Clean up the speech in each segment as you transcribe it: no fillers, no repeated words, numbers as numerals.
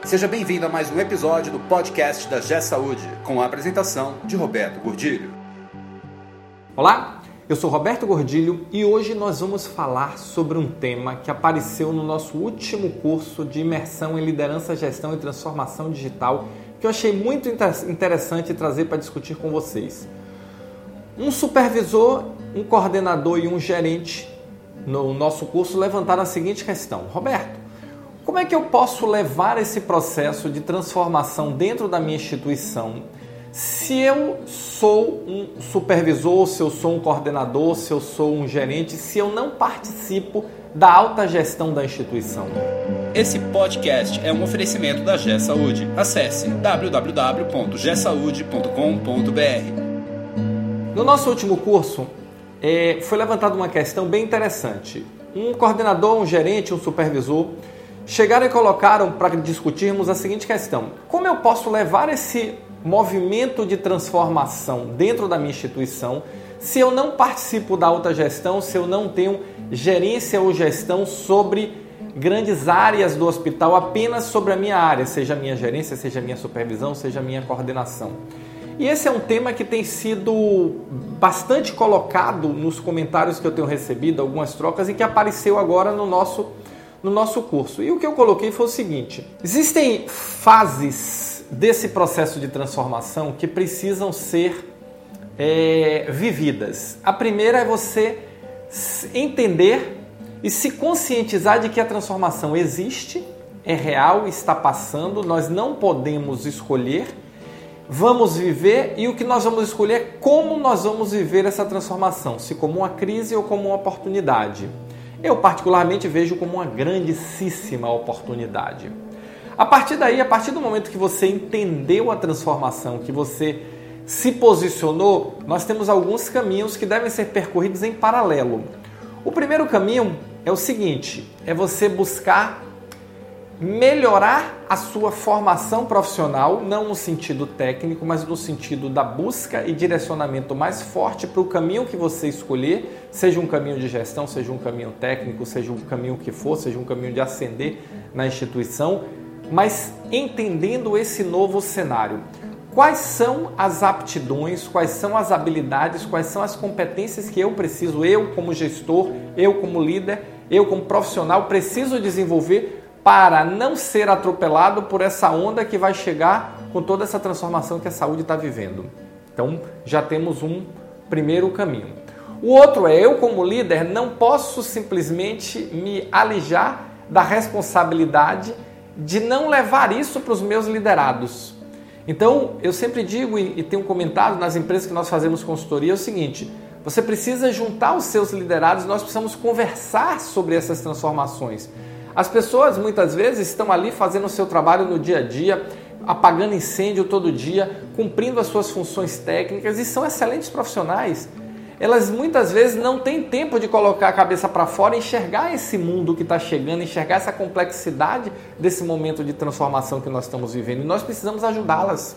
Seja bem-vindo a mais um episódio do podcast da GE Saúde, com a apresentação de Roberto Gordilho. Olá, eu sou Roberto Gordilho e hoje nós vamos falar sobre um tema que apareceu no nosso último curso de imersão em liderança, gestão e transformação digital, que eu achei muito interessante trazer para discutir com vocês. Um supervisor, um coordenador e um gerente no nosso curso levantaram a seguinte questão: Roberto, como é que eu posso levar esse processo de transformação dentro da minha instituição se eu sou um supervisor, se eu sou um coordenador, se eu sou um gerente, se eu não participo da alta gestão da instituição? Esse podcast é um oferecimento da GE Saúde. Acesse www.gesaude.com.br. No nosso último curso, foi levantada uma questão bem interessante. Um coordenador, um gerente, um supervisor chegaram e colocaram para discutirmos a seguinte questão: como eu posso levar esse movimento de transformação dentro da minha instituição se eu não participo da alta gestão, se eu não tenho gerência ou gestão sobre grandes áreas do hospital, apenas sobre a minha área, seja a minha gerência, seja a minha supervisão, seja a minha coordenação. E esse é um tema que tem sido bastante colocado nos comentários que eu tenho recebido, algumas trocas, e que apareceu agora no nosso curso. E o que eu coloquei foi o seguinte: existem fases desse processo de transformação que precisam ser vividas. A primeira é você entender e se conscientizar de que a transformação existe, é real, está passando, nós não podemos escolher, vamos viver, e o que nós vamos escolher é como nós vamos viver essa transformação, se como uma crise ou como uma oportunidade. Eu particularmente vejo como uma grandíssima oportunidade. A partir daí, a partir do momento que você entendeu a transformação, que você se posicionou, nós temos alguns caminhos que devem ser percorridos em paralelo. O primeiro caminho é o seguinte: é você buscar melhorar a sua formação profissional, não no sentido técnico, mas no sentido da busca e direcionamento mais forte para o caminho que você escolher, seja um caminho de gestão, seja um caminho técnico, seja um caminho que for, seja um caminho de ascender na instituição, mas entendendo esse novo cenário. Quais são as aptidões, quais são as habilidades, quais são as competências que eu preciso, eu como gestor, eu como líder, eu como profissional, preciso desenvolver para não ser atropelado por essa onda que vai chegar com toda essa transformação que a saúde está vivendo. Então, já temos um primeiro caminho. O outro é: eu como líder não posso simplesmente me alijar da responsabilidade de não levar isso para os meus liderados. Então, eu sempre digo e tenho comentado nas empresas que nós fazemos consultoria, é o seguinte: você precisa juntar os seus liderados, nós precisamos conversar sobre essas transformações. As pessoas muitas vezes estão ali fazendo o seu trabalho no dia a dia, apagando incêndio todo dia, cumprindo as suas funções técnicas e são excelentes profissionais. Elas muitas vezes não têm tempo de colocar a cabeça para fora e enxergar esse mundo que está chegando, enxergar essa complexidade desse momento de transformação que nós estamos vivendo, e nós precisamos ajudá-las.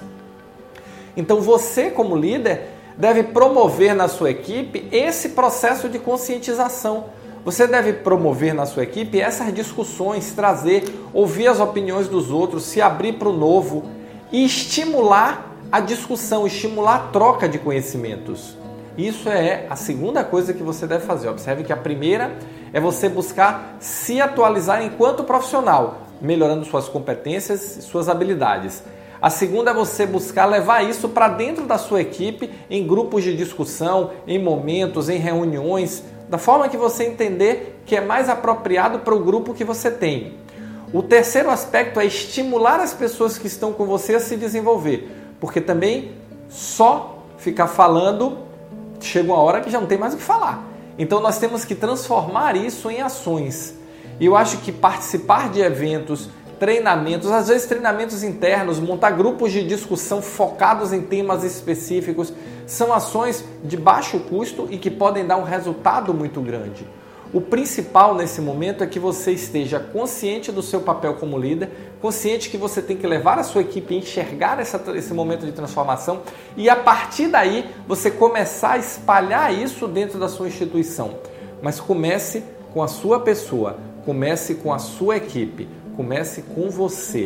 Então você, como líder, deve promover na sua equipe esse processo de conscientização. Você deve promover na sua equipe essas discussões, trazer, ouvir as opiniões dos outros, se abrir para o novo e estimular a discussão, estimular a troca de conhecimentos. Isso é a segunda coisa que você deve fazer. Observe que a primeira é você buscar se atualizar enquanto profissional, melhorando suas competências e suas habilidades. A segunda é você buscar levar isso para dentro da sua equipe, em grupos de discussão, em momentos, em reuniões, da forma que você entender que é mais apropriado para o grupo que você tem. O terceiro aspecto é estimular as pessoas que estão com você a se desenvolver, porque também só ficar falando, chega uma hora que já não tem mais o que falar. Então nós temos que transformar isso em ações. E eu acho que participar de eventos, treinamentos, às vezes treinamentos internos, montar grupos de discussão focados em temas específicos, são ações de baixo custo e que podem dar um resultado muito grande. O principal nesse momento é que você esteja consciente do seu papel como líder, consciente que você tem que levar a sua equipe a enxergar esse momento de transformação e a partir daí você começar a espalhar isso dentro da sua instituição. Mas comece com a sua pessoa, comece com a sua equipe, comece com você.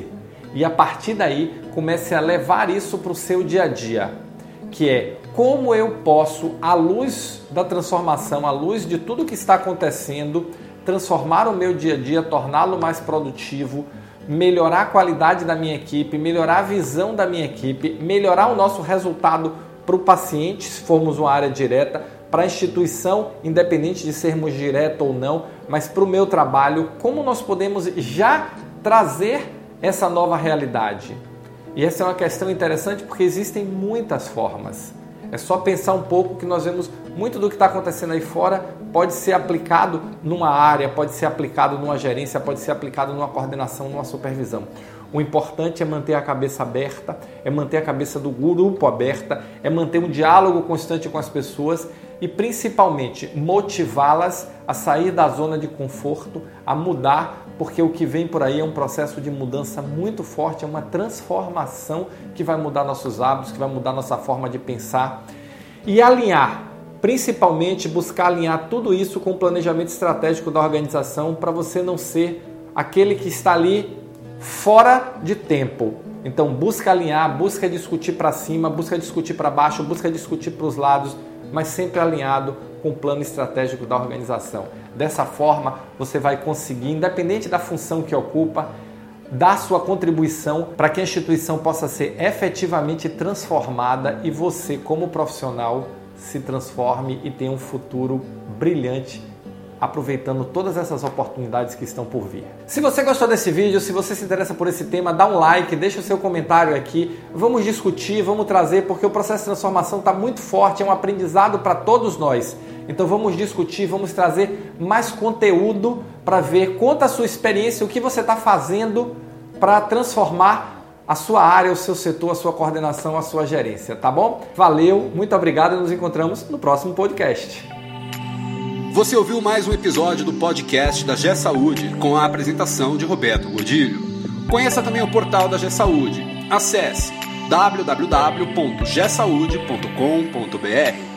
e a partir daí comece a levar isso para o seu dia a dia, que é como eu posso, à luz da transformação, à luz de tudo que está acontecendo, transformar o meu dia a dia, torná-lo mais produtivo, melhorar a qualidade da minha equipe, melhorar a visão da minha equipe, melhorar o nosso resultado para o paciente, se formos uma área direta, para a instituição, independente de sermos direto ou não, mas para o meu trabalho, como nós podemos já trazer essa nova realidade. E essa é uma questão interessante porque existem muitas formas. É só pensar um pouco que nós vemos muito do que está acontecendo aí fora pode ser aplicado numa área, pode ser aplicado numa gerência, pode ser aplicado numa coordenação, numa supervisão. O importante é manter a cabeça aberta, é manter a cabeça do grupo aberta, é manter um diálogo constante com as pessoas e principalmente motivá-las a sair da zona de conforto, a mudar, porque o que vem por aí é um processo de mudança muito forte, é uma transformação que vai mudar nossos hábitos, que vai mudar nossa forma de pensar e alinhar, principalmente buscar alinhar tudo isso com o planejamento estratégico da organização para você não ser aquele que está ali fora de tempo. Então busca alinhar, busca discutir para cima, busca discutir para baixo, busca discutir para os lados, mas sempre alinhado com o plano estratégico da organização. Dessa forma, você vai conseguir, independente da função que ocupa, dar sua contribuição para que a instituição possa ser efetivamente transformada e você, como profissional, se transforme e tenha um futuro brilhante, aproveitando todas essas oportunidades que estão por vir. Se você gostou desse vídeo, se você se interessa por esse tema, dá um like, deixa o seu comentário aqui, vamos discutir, vamos trazer, porque o processo de transformação está muito forte, é um aprendizado para todos nós. Então vamos discutir, vamos trazer mais conteúdo para ver, conta a sua experiência, o que você está fazendo para transformar a sua área, o seu setor, a sua coordenação, a sua gerência, tá bom? Valeu, muito obrigado e nos encontramos no próximo podcast. Você ouviu mais um episódio do podcast da GESaúde com a apresentação de Roberto Gordilho. Conheça também o portal da GESaúde. Acesse www.gesaude.com.br.